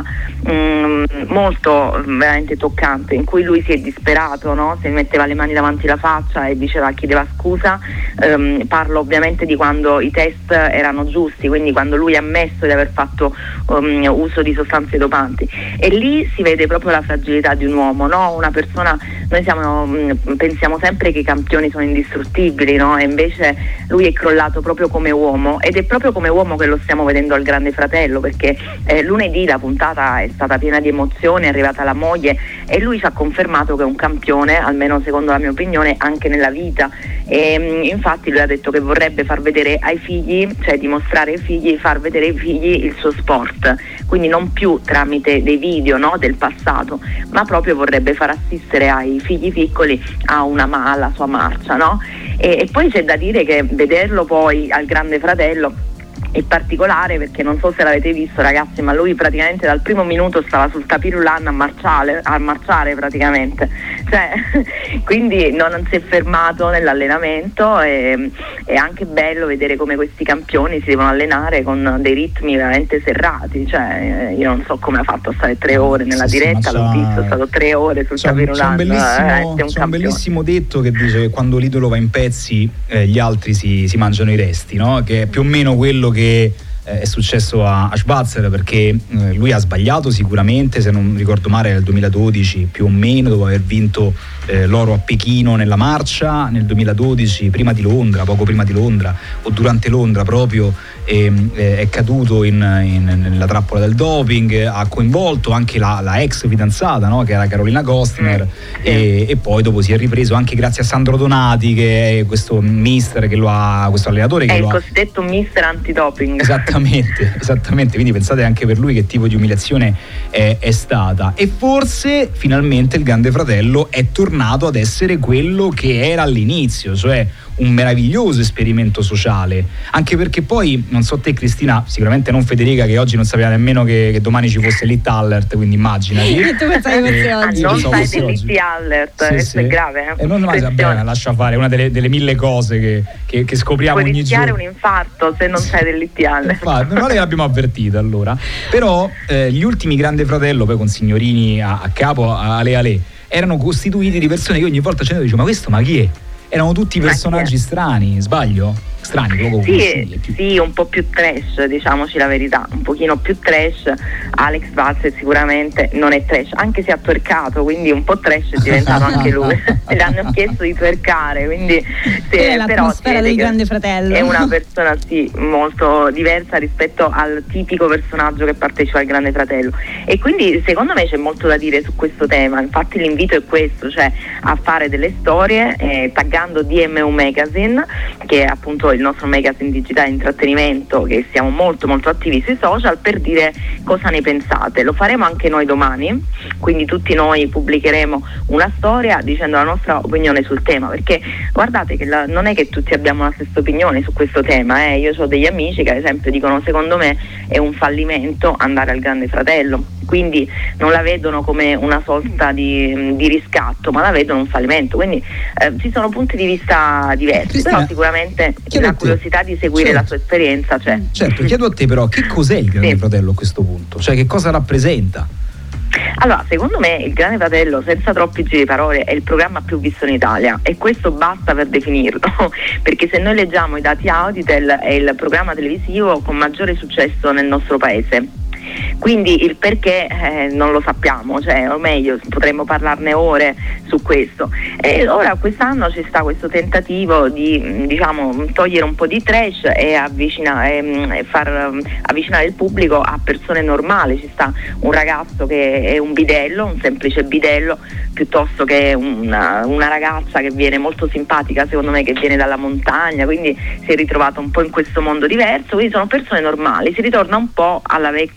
um, molto veramente toccante, in cui lui si è disperato, no? Si metteva le mani davanti alla faccia e diceva chiedeva scusa. Um, parlo ovviamente di quando i test erano giusti, quindi quando lui ha ammesso di aver fatto um, uso di sostanze dopanti, e lì si vede proprio la fragilità di un uomo, no? Una persona, noi siamo, um, pensiamo sempre che i campioni sono indistruttibili, no? E invece lui è crollato proprio come uomo, ed è proprio come uomo che lo stiamo vedendo al Grande Fratello, perché eh, lunedì la puntata è stata piena di emozioni, è arrivata la moglie e lui ci ha confermato che è un campione, almeno secondo la mia opinione, anche nella vita. E um, infatti lui ha detto che vorrebbe far vedere ai figli, cioè dimostrare ai figli, far vedere ai figli il suo sport, quindi non più tramite dei video, no, del passato, ma proprio vorrebbe far assistere ai figli piccoli a una ma- alla sua marcia, no? E, e poi c'è da dire che vederlo poi al Grande Fratello è particolare, perché non so se l'avete visto ragazzi, ma lui praticamente dal primo minuto stava sul tapirulan a marciare, a marciare praticamente, cioè, quindi non, non si è fermato nell'allenamento. E, è anche bello vedere come questi campioni si devono allenare con dei ritmi veramente serrati, cioè io non so come ha fatto a stare tre ore nella sì, diretta, sì, l'ho visto, è stato tre ore sul tapirulan. C'è un bellissimo, un, c'è un bellissimo detto che dice che quando l'idolo va in pezzi eh, gli altri si, si mangiano i resti, no? Che è più o meno quello che che eh, è successo a, a Schwarzer, perché eh, lui ha sbagliato sicuramente, se non ricordo male nel duemiladodici più o meno, dopo aver vinto eh, l'oro a Pechino nella marcia, nel duemiladodici prima di Londra, poco prima di Londra o durante Londra proprio eh, eh, è caduto in, in, nella trappola del doping, ha coinvolto anche la, la ex fidanzata, no? Che era Carolina Costner, mm. e, e poi dopo si è ripreso anche grazie a Sandro Donati, che è questo mister che lo ha, questo allenatore che è lo il ha... cosiddetto mister antidoping. Esattamente, esattamente, quindi pensate anche per lui che tipo di umiliazione è, è stata. E forse finalmente il Grande Fratello è tornato ad essere quello che era all'inizio, cioè un meraviglioso esperimento sociale, anche perché poi, non so te Cristina, sicuramente non Federica, che oggi non sapeva nemmeno che, che domani ci fosse l'Hit Alert, quindi immaginati. Tu pensavi fosse eh, oggi? Non sai dell'Hit Alert, sì, questo sì. è grave. E eh, non mai bene, lascia fare, è una delle, delle mille cose che, che, che scopriamo Puoi ogni giorno. Puoi rischiare un infarto se non sai dell'Hit Alert. Infatti, non l'abbiamo avvertito allora. Però eh, gli ultimi Grande Fratello, poi con Signorini a, a capo, a Ale Ale, erano costituiti di persone che ogni volta ce ne dicevo, ma questo ma chi è? Erano tutti personaggi strani, sbaglio? Strani, proprio sì, più... sì, un po' più trash, diciamoci la verità, un pochino più trash. Alex Schwarzer sicuramente non è trash, anche se ha twerkato, quindi un po' trash è diventato anche lui. Le hanno chiesto di twerkare, quindi sì, è l'atmosfera del Grande Fratello. È una persona sì molto diversa rispetto al tipico personaggio che partecipa al Grande Fratello, e quindi secondo me c'è molto da dire su questo tema. Infatti l'invito è questo, cioè a fare delle storie eh, taggando D M U Magazine, che è appunto il nostro magazine digitale di intrattenimento, che siamo molto molto attivi sui social, per dire cosa ne pensate. Lo faremo anche noi domani, quindi tutti noi pubblicheremo una storia dicendo la nostra opinione sul tema, perché guardate che la, non è che tutti abbiamo la stessa opinione su questo tema, eh. Io ho degli amici che ad esempio dicono secondo me è un fallimento andare al Grande Fratello, quindi non la vedono come una sorta di, di riscatto, ma la vedono un fallimento, quindi eh, ci sono punti di vista diversi. Cristina, però sicuramente la curiosità di seguire certo. la sua esperienza c'è. Certo, chiedo a te però, che cos'è il Grande sì. Fratello a questo punto? Cioè che cosa rappresenta? Allora, secondo me il Grande Fratello, senza troppi giri di parole, è il programma più visto in Italia, e questo basta per definirlo, perché se noi leggiamo i dati Auditel è il programma televisivo con maggiore successo nel nostro paese. Quindi il perché eh, non lo sappiamo, cioè, o meglio potremmo parlarne ore su questo. E ora quest'anno ci sta questo tentativo di, diciamo, togliere un po' di trash e avvicinare, e far avvicinare il pubblico a persone normali. Ci sta un ragazzo che è un bidello, un semplice bidello, piuttosto che una, una ragazza che viene molto simpatica, secondo me, che viene dalla montagna, quindi si è ritrovata un po' in questo mondo diverso. Quindi sono persone normali, si ritorna un po' alla vecchia scuola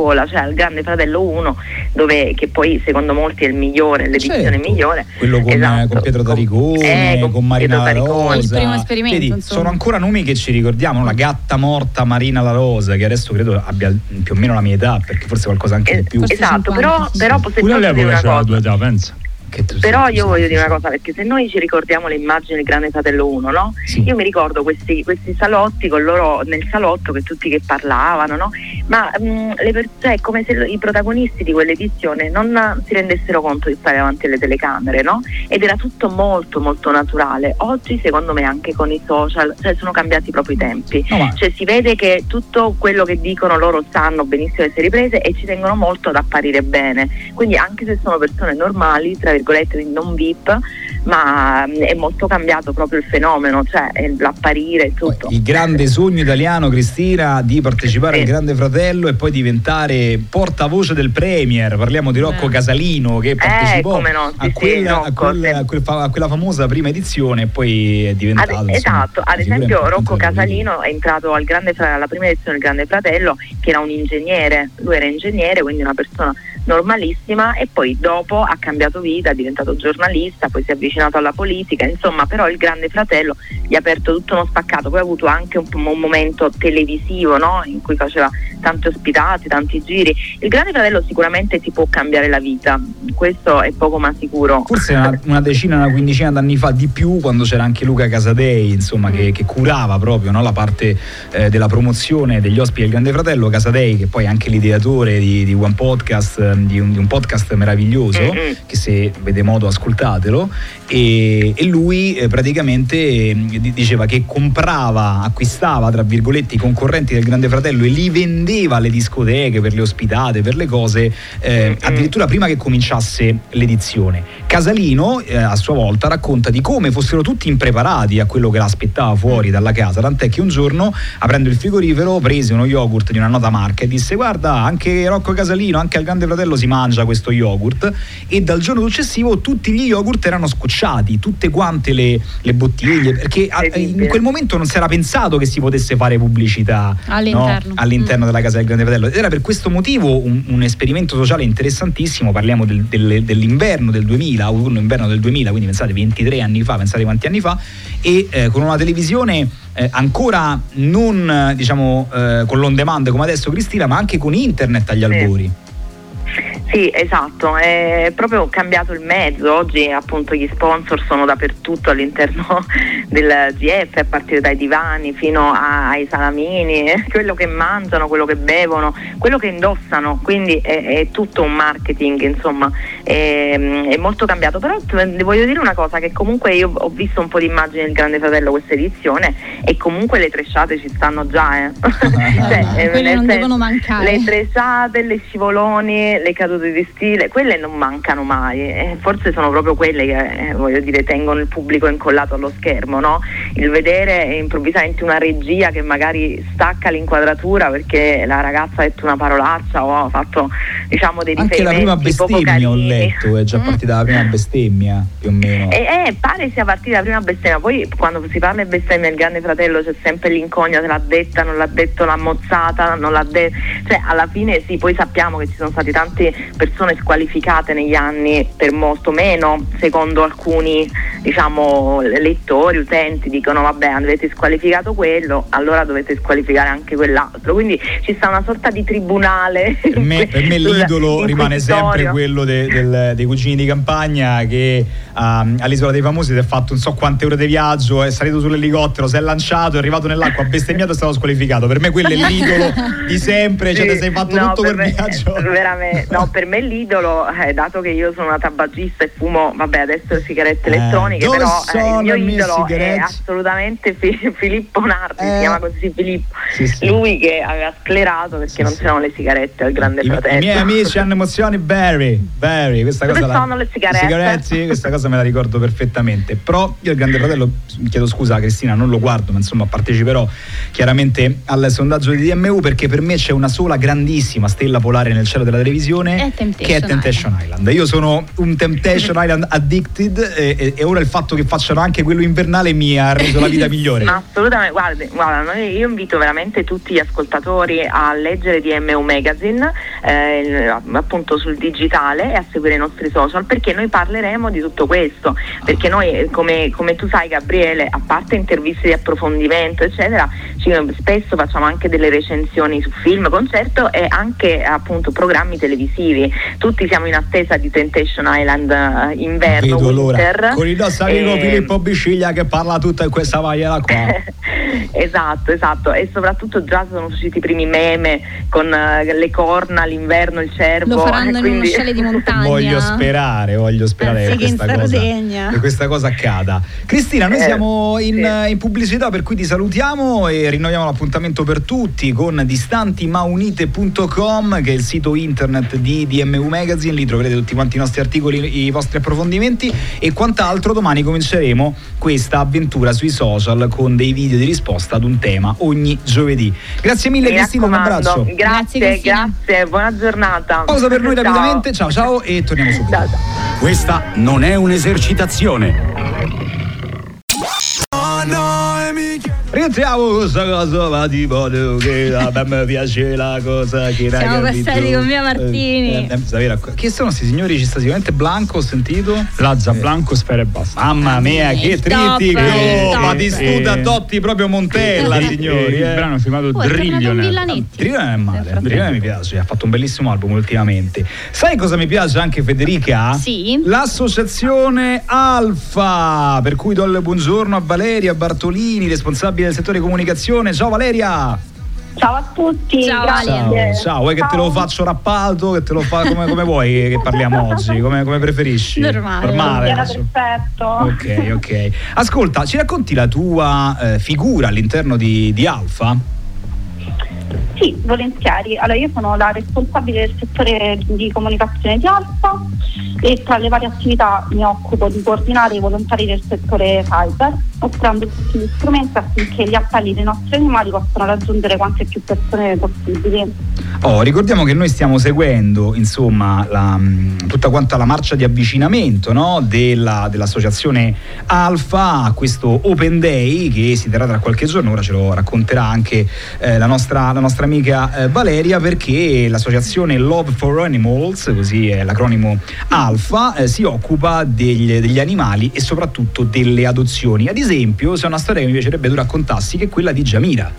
scuola, cioè al Grande Fratello uno, dove che poi secondo molti è il migliore, l'edizione certo. migliore. Quello con, esatto. con Pietro Taricone, eh, con, con Marina La Rosa. Il primo esperimento, Vedi, insomma. sono ancora nomi che ci ricordiamo, la gatta morta Marina La Rosa, che adesso credo abbia più o meno la mia età, perché forse qualcosa anche eh, di più. Esatto, però, però se pure lei una c'ha la cosa, tua età, pensa. Che tu però sei, io sei, voglio sei. dire una cosa, perché se noi ci ricordiamo le immagini del Grande Fratello uno, no? Sì. Io mi ricordo questi, questi salotti con loro nel salotto, che tutti che parlavano, no? Ma mh, le per- cioè, è come se i protagonisti di quell'edizione non si rendessero conto di stare davanti alle telecamere, no? Ed era tutto molto molto naturale. Oggi secondo me anche con i social, cioè sono cambiati proprio i tempi, no, ma... cioè si vede che tutto quello che dicono loro sanno benissimo essere riprese e ci tengono molto ad apparire bene, quindi anche se sono persone normali, tra virgolette, non V I P, ma è molto cambiato proprio il fenomeno, cioè l'apparire e tutto. Il grande sogno italiano, Cristina, di partecipare sì. al Grande Fratello e poi diventare portavoce del Premier. Parliamo di Rocco eh. Casalino, che partecipò eh, no, sì, a, quella, sì, Rocco, a, quella, sì. a, quel, a quella famosa prima edizione e poi è diventato ad, insomma, esatto, ad esempio Rocco Casalino è entrato al grande, alla prima edizione del Grande Fratello, che era un ingegnere, lui era ingegnere, quindi una persona normalissima, e poi dopo ha cambiato vita, è diventato giornalista, poi si è avvicinato alla politica, insomma, però il Grande Fratello gli ha aperto tutto uno spaccato, poi ha avuto anche un, un momento televisivo, no? In cui faceva tanti ospitati, tanti giri. Il Grande Fratello sicuramente ti può cambiare la vita, questo è poco ma sicuro. Forse una, una decina, una quindicina d'anni fa di più, quando c'era anche Luca Casadei, insomma, mm. che, che curava proprio, no? La parte eh, della promozione degli ospiti del Grande Fratello. Casadei, che poi è anche l'ideatore di, di One Podcast, di un, di un podcast meraviglioso, mm-hmm. che se avete modo ascoltatelo, e, e lui eh, praticamente eh, diceva che comprava, acquistava tra virgolette i concorrenti del Grande Fratello e li vendeva alle discoteche per le ospitate, per le cose, eh, mm-hmm. addirittura prima che cominciasse l'edizione. Casalino eh, a sua volta racconta di come fossero tutti impreparati a quello che l'aspettava fuori dalla casa, tant'è che un giorno, aprendo il frigorifero, prese uno yogurt di una nota marca e disse: guarda, anche Rocco Casalino, anche al Grande Fratello si mangia questo yogurt. E dal giorno successivo tutti gli yogurt erano scocciati, tutte quante le, le bottiglie, perché a, in quel momento non si era pensato che si potesse fare pubblicità all'interno, no? all'interno mm. della casa del Grande Fratello. Ed era per questo motivo un, un esperimento sociale interessantissimo. Parliamo del, del, dell'inverno del duemila, autunno-inverno del duemila, quindi pensate ventitré anni fa, pensate quanti anni fa, e eh, con una televisione eh, ancora non diciamo eh, con l'on demand come adesso, Cristina, ma anche con internet agli albori. Sì, esatto, è proprio cambiato il mezzo. Oggi appunto gli sponsor sono dappertutto all'interno del G F, a partire dai divani fino a, ai salamini, quello che mangiano, quello che bevono, quello che indossano, quindi è, è tutto un marketing, insomma, è, è molto cambiato. Però voglio dire una cosa, che comunque io ho visto un po' di immagini del Grande Fratello questa edizione, e comunque le tresciate ci stanno già, eh. cioè, quelle non senso, devono mancare. Le tresciate, le scivoloni, le cadute di stile, quelle non mancano mai, eh, forse sono proprio quelle che eh, voglio dire tengono il pubblico incollato allo schermo, no? Il vedere improvvisamente una regia che magari stacca l'inquadratura perché la ragazza ha detto una parolaccia o ha fatto, diciamo, dei anche riferimenti la prima poco bestemmia ho carini. letto, è già partita la prima bestemmia più o meno, e eh, pare sia partita la prima bestemmia. Poi quando si parla di bestemmia del Grande Fratello c'è sempre l'incognita, l'ha detta, non l'ha detto, l'ha mozzata, non l'ha detto, cioè alla fine sì, poi sappiamo che ci sono stati tanti persone squalificate negli anni per molto meno, secondo alcuni diciamo lettori, utenti, dicono vabbè, avete squalificato quello, allora dovete squalificare anche quell'altro, quindi ci sta una sorta di tribunale. Per me, per me l'idolo rimane sempre quello de, del, dei cugini di campagna che um, all'Isola dei Famosi si è fatto non so quante ore di viaggio, è salito sull'elicottero, si è lanciato, è arrivato nell'acqua, ha bestemmiato e è stato squalificato. Per me quello è l'idolo di sempre, cioè sì, ti sei fatto no, tutto per quel me, viaggio. Veramente, no, per me l'idolo, eh, dato che io sono una tabagista e fumo, vabbè, adesso le sigarette elettroniche, eh, però eh, il mio idolo sigarette? è assolutamente Fi- Filippo Nardi, eh. si chiama così Filippo, sì, sì. Lui che aveva sclerato perché sì, non sì. c'erano le sigarette al Grande I, Fratello. I miei amici hanno emozioni very, very, questa Dove cosa sono la, le sigarette? sigarette? Questa cosa me la ricordo perfettamente. Però io il Grande Fratello, chiedo scusa Cristina, non lo guardo, ma insomma parteciperò chiaramente al sondaggio di D M U perché per me c'è una sola grandissima stella polare nel cielo della televisione è Temptation, che è Temptation Island. Island. Io sono un Temptation Island addicted e, e ora il fatto che facciano anche quello invernale mi ha reso la vita migliore. Ma assolutamente, guarda, guarda, io invito veramente tutti gli ascoltatori a leggere D M U Magazine, eh, appunto sul digitale, e a seguire i nostri social, perché noi parleremo di tutto questo, perché noi, come, come tu sai Gabriele, a parte interviste di approfondimento eccetera, ci, spesso facciamo anche delle recensioni su film, concerto e anche appunto programmi televisivi. Tutti siamo in attesa di Temptation Island uh, inverno, winter, con il nostro amico e... Filippo Bisciglia che parla tutta in questa magliera qua. esatto, esatto, e soprattutto già sono usciti i primi meme con uh, le corna, l'inverno, il cervo. Lo faranno quindi... in uno scialle di montagna. Voglio sperare, voglio sperare che questa, cosa, che questa cosa accada. Cristina, noi eh, siamo in, sì. in pubblicità, per cui ti salutiamo e rinnoviamo l'appuntamento per tutti con distanti ma unite punto com, che è il sito internet di D M U Magazine. Lì troverete tutti quanti i nostri articoli, i vostri approfondimenti e quant'altro. Domani cominceremo questa avventura sui social con dei video di risposta ad un tema ogni giovedì. Grazie mille Cristina, un abbraccio. Grazie, grazie, grazie, buona giornata. Pausa per noi ciao. Rapidamente, ciao ciao e torniamo subito. Ciao, ciao. Questa non è un'esercitazione. Rientriamo questa cosa, ma tipo che a me piace la cosa che siamo passati con Mia Martini. Eh, eh, Chi sono questi signori? Ci sta sicuramente Blanco, ho sentito Lazza, eh. Blanco, Sfera e basta. Mamma mia, che trittico! Eh, ma di Studa eh. Totti proprio Montella, eh. signori. Il eh. brano è firmato oh, Drillionaire. Drillionaire non è male, Drillionaire mi piace, ha fatto un bellissimo album ultimamente. Sai cosa mi piace anche, Federica? Sì. L'associazione Alfa, per cui do il buongiorno a Valeria Bartolini, responsabile del settore comunicazione. Ciao Valeria. Ciao a tutti. Ciao, ciao, ciao. Vuoi che te lo faccio rappato, che te lo fa come, come vuoi che parliamo oggi, come, come preferisci? Normale. Normale. Era perfetto. Ok, ok. Ascolta, ci racconti la tua eh, figura all'interno di, di Alfa? Sì, volentieri. Allora, io sono la responsabile del settore di comunicazione di Alfa e tra le varie attività mi occupo di coordinare i volontari del settore cyber, offrendo tutti gli strumenti affinché gli appelli dei nostri animali possano raggiungere quante più persone possibili. Oh, ricordiamo che noi stiamo seguendo insomma la, tutta quanta la marcia di avvicinamento, no? della, dell'associazione Alfa a questo Open Day che si terrà tra qualche giorno. Ora ce lo racconterà anche eh, la, nostra, la nostra amica eh, Valeria, perché l'associazione Love for Animals, così è l'acronimo Alfa, eh, si occupa degli, degli animali e soprattutto delle adozioni. Ad esempio c'è una storia che mi piacerebbe tu raccontassi, che è quella di Giamira.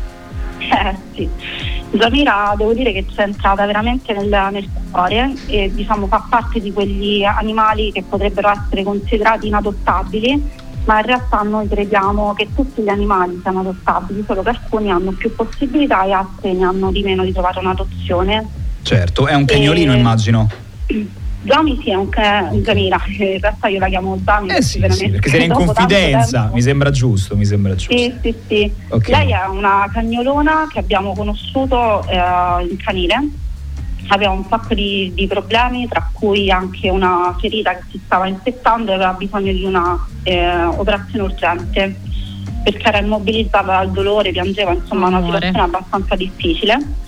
Eh sì, Giamira devo dire che c'è entrata veramente nel, nel cuore e diciamo fa parte di quegli animali che potrebbero essere considerati inadottabili, ma in realtà noi crediamo che tutti gli animali siano adottabili, solo che alcuni hanno più possibilità e altri ne hanno di meno di trovare un'adozione. Certo, è un cagnolino e... immagino. Giami sì, è un Giamira, in realtà io la chiamo Giami. Eh sì, sì, perché sei in confidenza, mi sembra giusto, mi sembra giusto. Sì, sì, sì. Okay. Lei è una cagnolona che abbiamo conosciuto eh, in canile, aveva un sacco di, di problemi, tra cui anche una ferita che si stava infettando e aveva bisogno di una eh, operazione urgente, perché era immobilizzata dal dolore, piangeva, insomma una situazione abbastanza difficile.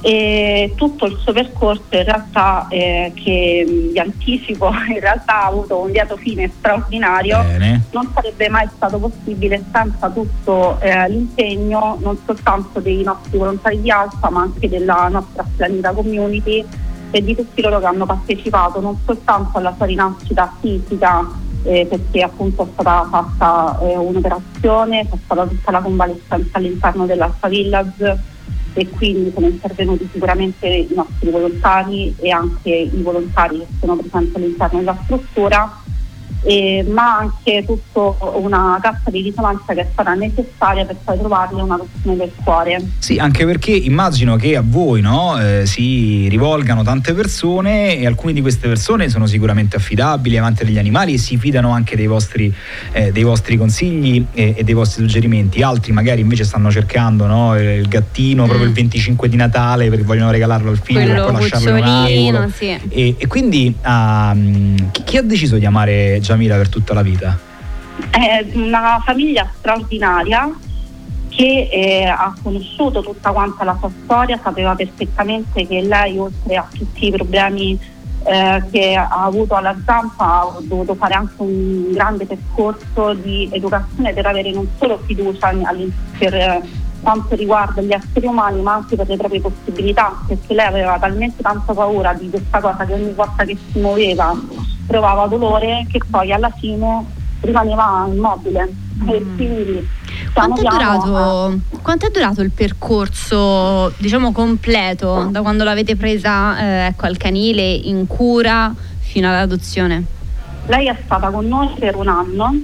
E tutto il suo percorso in realtà eh, che vi anticipo in realtà ha avuto un lieto fine straordinario. Bene. Non sarebbe mai stato possibile senza tutto eh, l'impegno non soltanto dei nostri volontari di Alfa, ma anche della nostra splendida community e di tutti loro che hanno partecipato non soltanto alla sua rinascita fisica, eh, perché appunto è stata fatta eh, un'operazione, c'è stata tutta la convalescenza all'interno dell'Alfa Village e quindi sono intervenuti sicuramente i nostri volontari e anche i volontari che sono presenti all'interno della struttura, eh, ma anche tutta una cassa di risonanza che è stata necessaria per poi trovarle un'adozione del cuore. Sì, anche perché immagino che a voi no, eh, si rivolgano tante persone e alcune di queste persone sono sicuramente affidabili, amanti degli animali e si fidano anche dei vostri, eh, dei vostri consigli e, e dei vostri suggerimenti. Altri magari invece stanno cercando no, il gattino mm. proprio il venticinque di Natale perché vogliono regalarlo al figlio e poi lasciarlo in un angolo. Sì. E, e quindi um, chi, chi ha deciso di amare Giamira per tutta la vita? È una famiglia straordinaria che eh, ha conosciuto tutta quanta la sua storia, sapeva perfettamente che lei, oltre a tutti i problemi eh, che ha avuto alla zampa, ha dovuto fare anche un grande percorso di educazione per avere non solo fiducia per eh, quanto riguarda gli esseri umani, ma anche per le proprie possibilità, perché lei aveva talmente tanta paura di questa cosa che ogni volta che si muoveva provava dolore, che poi alla fine rimaneva immobile. Mm. E quindi Quanto è, durato, quanto è durato il percorso, diciamo, completo, da quando l'avete presa eh, ecco, al canile in cura fino all'adozione? Lei è stata con noi per un anno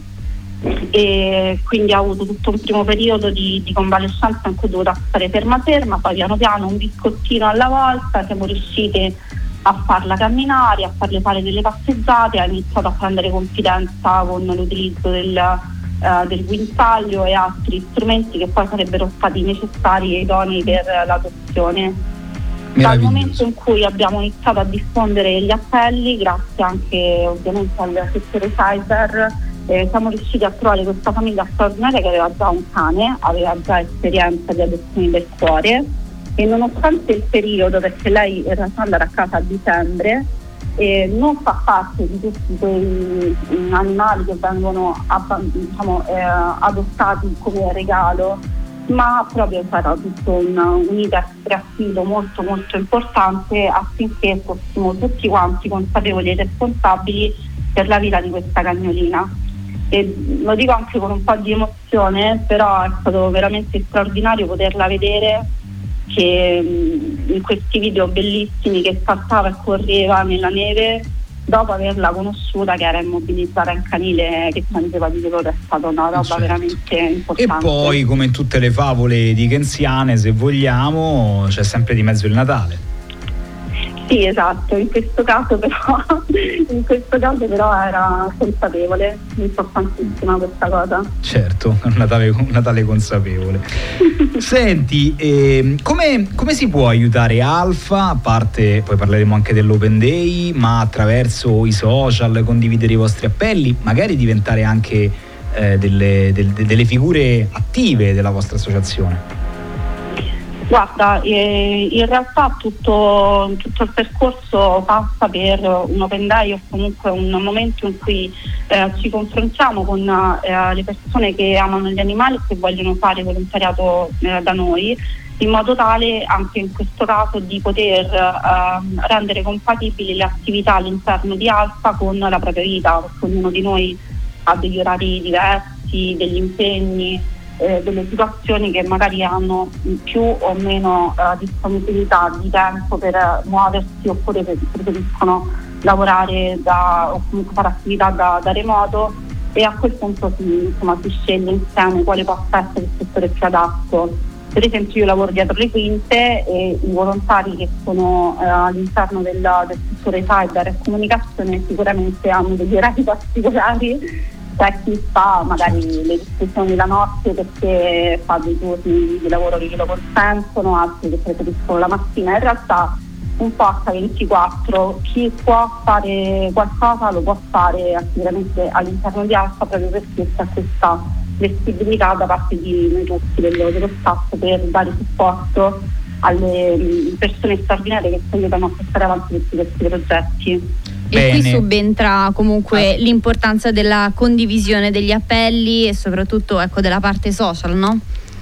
e quindi ha avuto tutto un primo periodo di, di convalescenza in cui è dovuta stare ferma ferma, poi piano piano un biscottino alla volta siamo riusciti a farla camminare, a farle fare delle passeggiate, ha iniziato a prendere confidenza con l'utilizzo del Uh, del guinzaglio e altri strumenti che poi sarebbero stati necessari e idonei per l'adozione. Dal momento in cui abbiamo iniziato a diffondere gli appelli, grazie anche ovviamente al settore cyber, eh, siamo riusciti a trovare questa famiglia straordinaria che aveva già un cane, aveva già esperienza di adozioni del cuore, e nonostante il periodo, perché lei in realtà andava a casa a dicembre, e non fa parte di tutti quei animali che vengono diciamo, eh, adottati come regalo, ma proprio sarà tutto un, un iter creativo molto molto importante affinché fossimo tutti quanti consapevoli e responsabili per la vita di questa cagnolina. E lo dico anche con un po' di emozione, però è stato veramente straordinario poterla vedere, che in questi video bellissimi che saltava e correva nella neve dopo averla conosciuta che era immobilizzata in canile che piangeva di dolore. È stata una roba certo. veramente importante. E poi, come in tutte le favole dickensiane, se vogliamo, c'è sempre di mezzo il Natale. Sì, esatto, in questo caso però in questo caso però era consapevole, importantissima questa cosa. Certo, un Natale, un Natale consapevole. Senti, eh, come, come si può aiutare Alfa, a parte, poi parleremo anche dell'Open Day, ma attraverso i social, condividere i vostri appelli, magari diventare anche eh, delle, del, delle figure attive della vostra associazione? Guarda, eh, in realtà tutto, tutto il percorso passa per un Open Day o comunque un momento in cui eh, ci confrontiamo con eh, le persone che amano gli animali e che vogliono fare volontariato eh, da noi, in modo tale anche in questo caso di poter eh, rendere compatibili le attività all'interno di Alfa con la propria vita, perché ognuno di noi ha degli orari diversi, degli impegni, Eh, delle situazioni che magari hanno più o meno eh, disponibilità di tempo per eh, muoversi, oppure preferiscono lavorare da, o comunque fare attività da, da remoto, e a quel punto si, insomma, si sceglie insieme quale possa essere il settore più adatto. Per esempio io lavoro dietro le quinte e i volontari che sono eh, all'interno del, del settore cyber e comunicazione sicuramente hanno degli orari particolari. C'è chi fa magari le discussioni la notte perché fa dei turni di lavoro che glielo consentono, altri che preferiscono la mattina. In realtà un po' acca ventiquattro, chi può fare qualcosa lo può fare sicuramente all'interno di Alfa, proprio perché c'è questa flessibilità da parte di noi tutti, dello, dello staff, per dare supporto alle persone straordinarie che ci aiutano a portare avanti tutti questi progetti. E qui subentra comunque l'importanza della condivisione degli appelli e soprattutto, ecco, della parte social, no?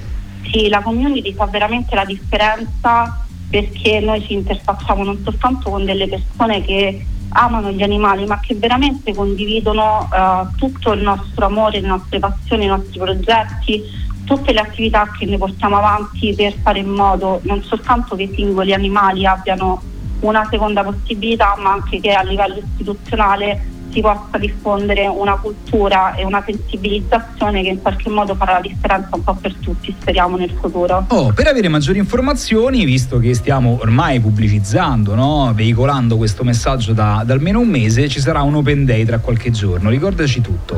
Sì, la community fa veramente la differenza, perché noi ci interfacciamo non soltanto con delle persone che amano gli animali, ma che veramente condividono uh, tutto il nostro amore, le nostre passioni, i nostri progetti, tutte le attività che noi portiamo avanti per fare in modo non soltanto che i singoli animali abbiano una seconda possibilità, ma anche che a livello istituzionale si possa diffondere una cultura e una sensibilizzazione che in qualche modo farà la differenza un po' per tutti, speriamo, nel futuro. Oh, per avere maggiori informazioni, visto che stiamo ormai pubblicizzando, no? veicolando questo messaggio da, da almeno un mese, ci sarà un Open Day tra qualche giorno, ricordaci tutto.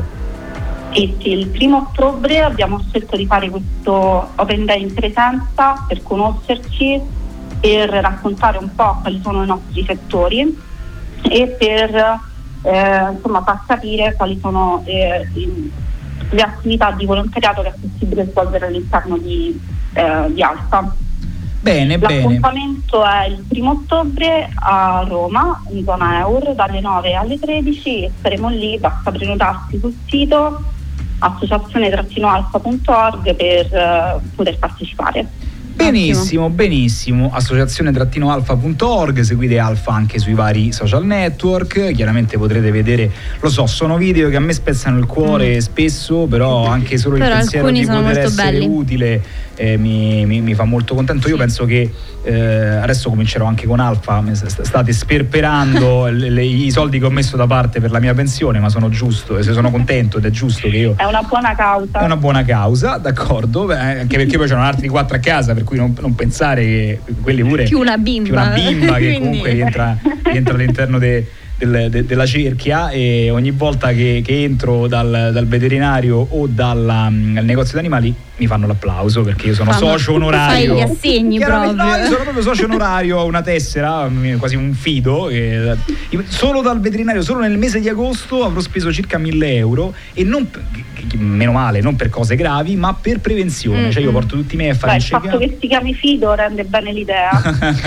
Sì, sì, il primo ottobre abbiamo scelto di fare questo Open Day in presenza per conoscerci, per raccontare un po' quali sono i nostri settori e per eh, insomma far capire quali sono eh, i, le attività di volontariato che è possibile svolgere all'interno di, eh, di Alfa. Bene, L'appuntamento bene. È il primo ottobre a Roma, in zona Eur, dalle nove alle tredici. Saremo lì, basta prenotarsi sul sito associazione alfa punto org per uh, poter partecipare. Benissimo, benissimo. associazione alfa punto org, seguite Alfa anche sui vari social network. Chiaramente potrete vedere, lo so, sono video che a me spezzano il cuore mm. spesso, però anche solo però il pensiero di poter essere belli. utile eh, mi, mi, mi fa molto contento. Io penso che eh, adesso comincerò anche con Alfa, state sperperando le, le, i soldi che ho messo da parte per la mia pensione, ma sono giusto, se sono contento ed è giusto che io... È una buona causa. È una buona causa, d'accordo, Beh, anche perché poi c'erano altri quattro a casa, per cui non, non pensare che quelli pure... Più una bimba. Più una bimba che comunque rientra, rientra all'interno de, del, de, della cerchia, e ogni volta che, che entro dal, dal veterinario o dal negozio d'animali mi fanno l'applauso, perché io sono Fanno, socio onorario. Fai gli assegni proprio. No, io sono proprio socio onorario, ho una tessera, quasi un fido. E solo dal veterinario, solo nel mese di agosto avrò speso circa mille euro, e non, meno male, non per cose gravi, ma per prevenzione. Mm-hmm. Cioè io porto tutti i miei a fare Beh, il check-up. Il fatto che si chiami fido rende bene l'idea.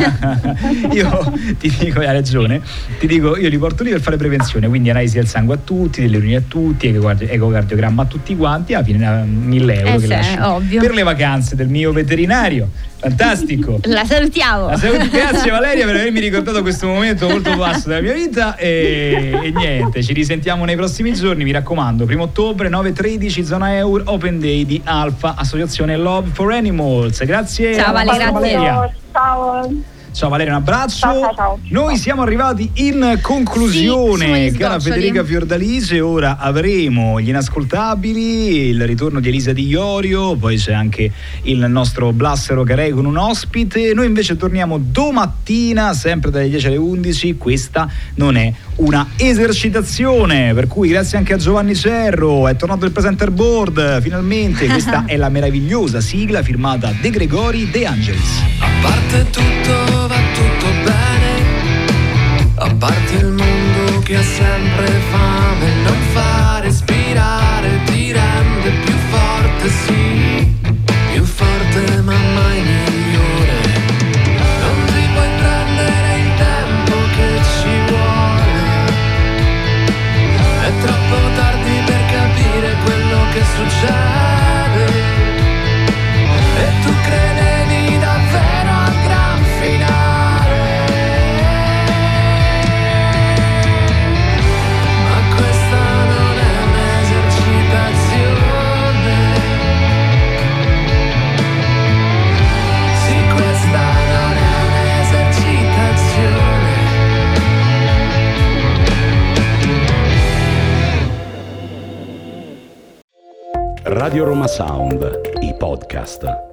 Io ti dico, hai ragione, ti dico, io li porto lì per fare prevenzione, quindi analisi del sangue a tutti, delle urine a tutti, ecocardiogramma a tutti quanti, alla fine mille euro eh che sì, lascio ovvio. per le vacanze del mio veterinario. Fantastico. La salutiamo. La saluti, grazie Valeria per avermi ricordato questo momento molto basso della mia vita, e, e niente, ci risentiamo nei prossimi giorni, mi raccomando. Primo ottobre, nove tredici, zona Eur, Open Day di Alfa, associazione Love for Animals. Grazie. Ciao Valeria. Valeria. Ciao. Ciao Valeria, un abbraccio. Ciao, ciao, ciao. Noi siamo arrivati in conclusione, sì, cara Federica Fiordalise. Ora avremo gli inascoltabili, il ritorno di Elisa Di Iorio, poi c'è anche il nostro Blassero Carei con un ospite. Noi invece torniamo domattina, sempre dalle dieci alle undici. Questa non è una esercitazione, per cui grazie anche a Giovanni Cerro, è tornato il presenter board finalmente. Questa è la meravigliosa sigla firmata De Gregori De Angelis. A parte tutto va tutto bene, a parte il mondo che ha sempre fame, non fa respirare, ti rende più forte, sì, più forte ma mai migliore. Non ti puoi prendere il tempo che ci vuole, è troppo tardi per capire quello che succede, e tu credevi davvero al gran finale, ma questa non è un'esercitazione, sì, questa non è un'esercitazione. Radio Roma Sound, i podcast.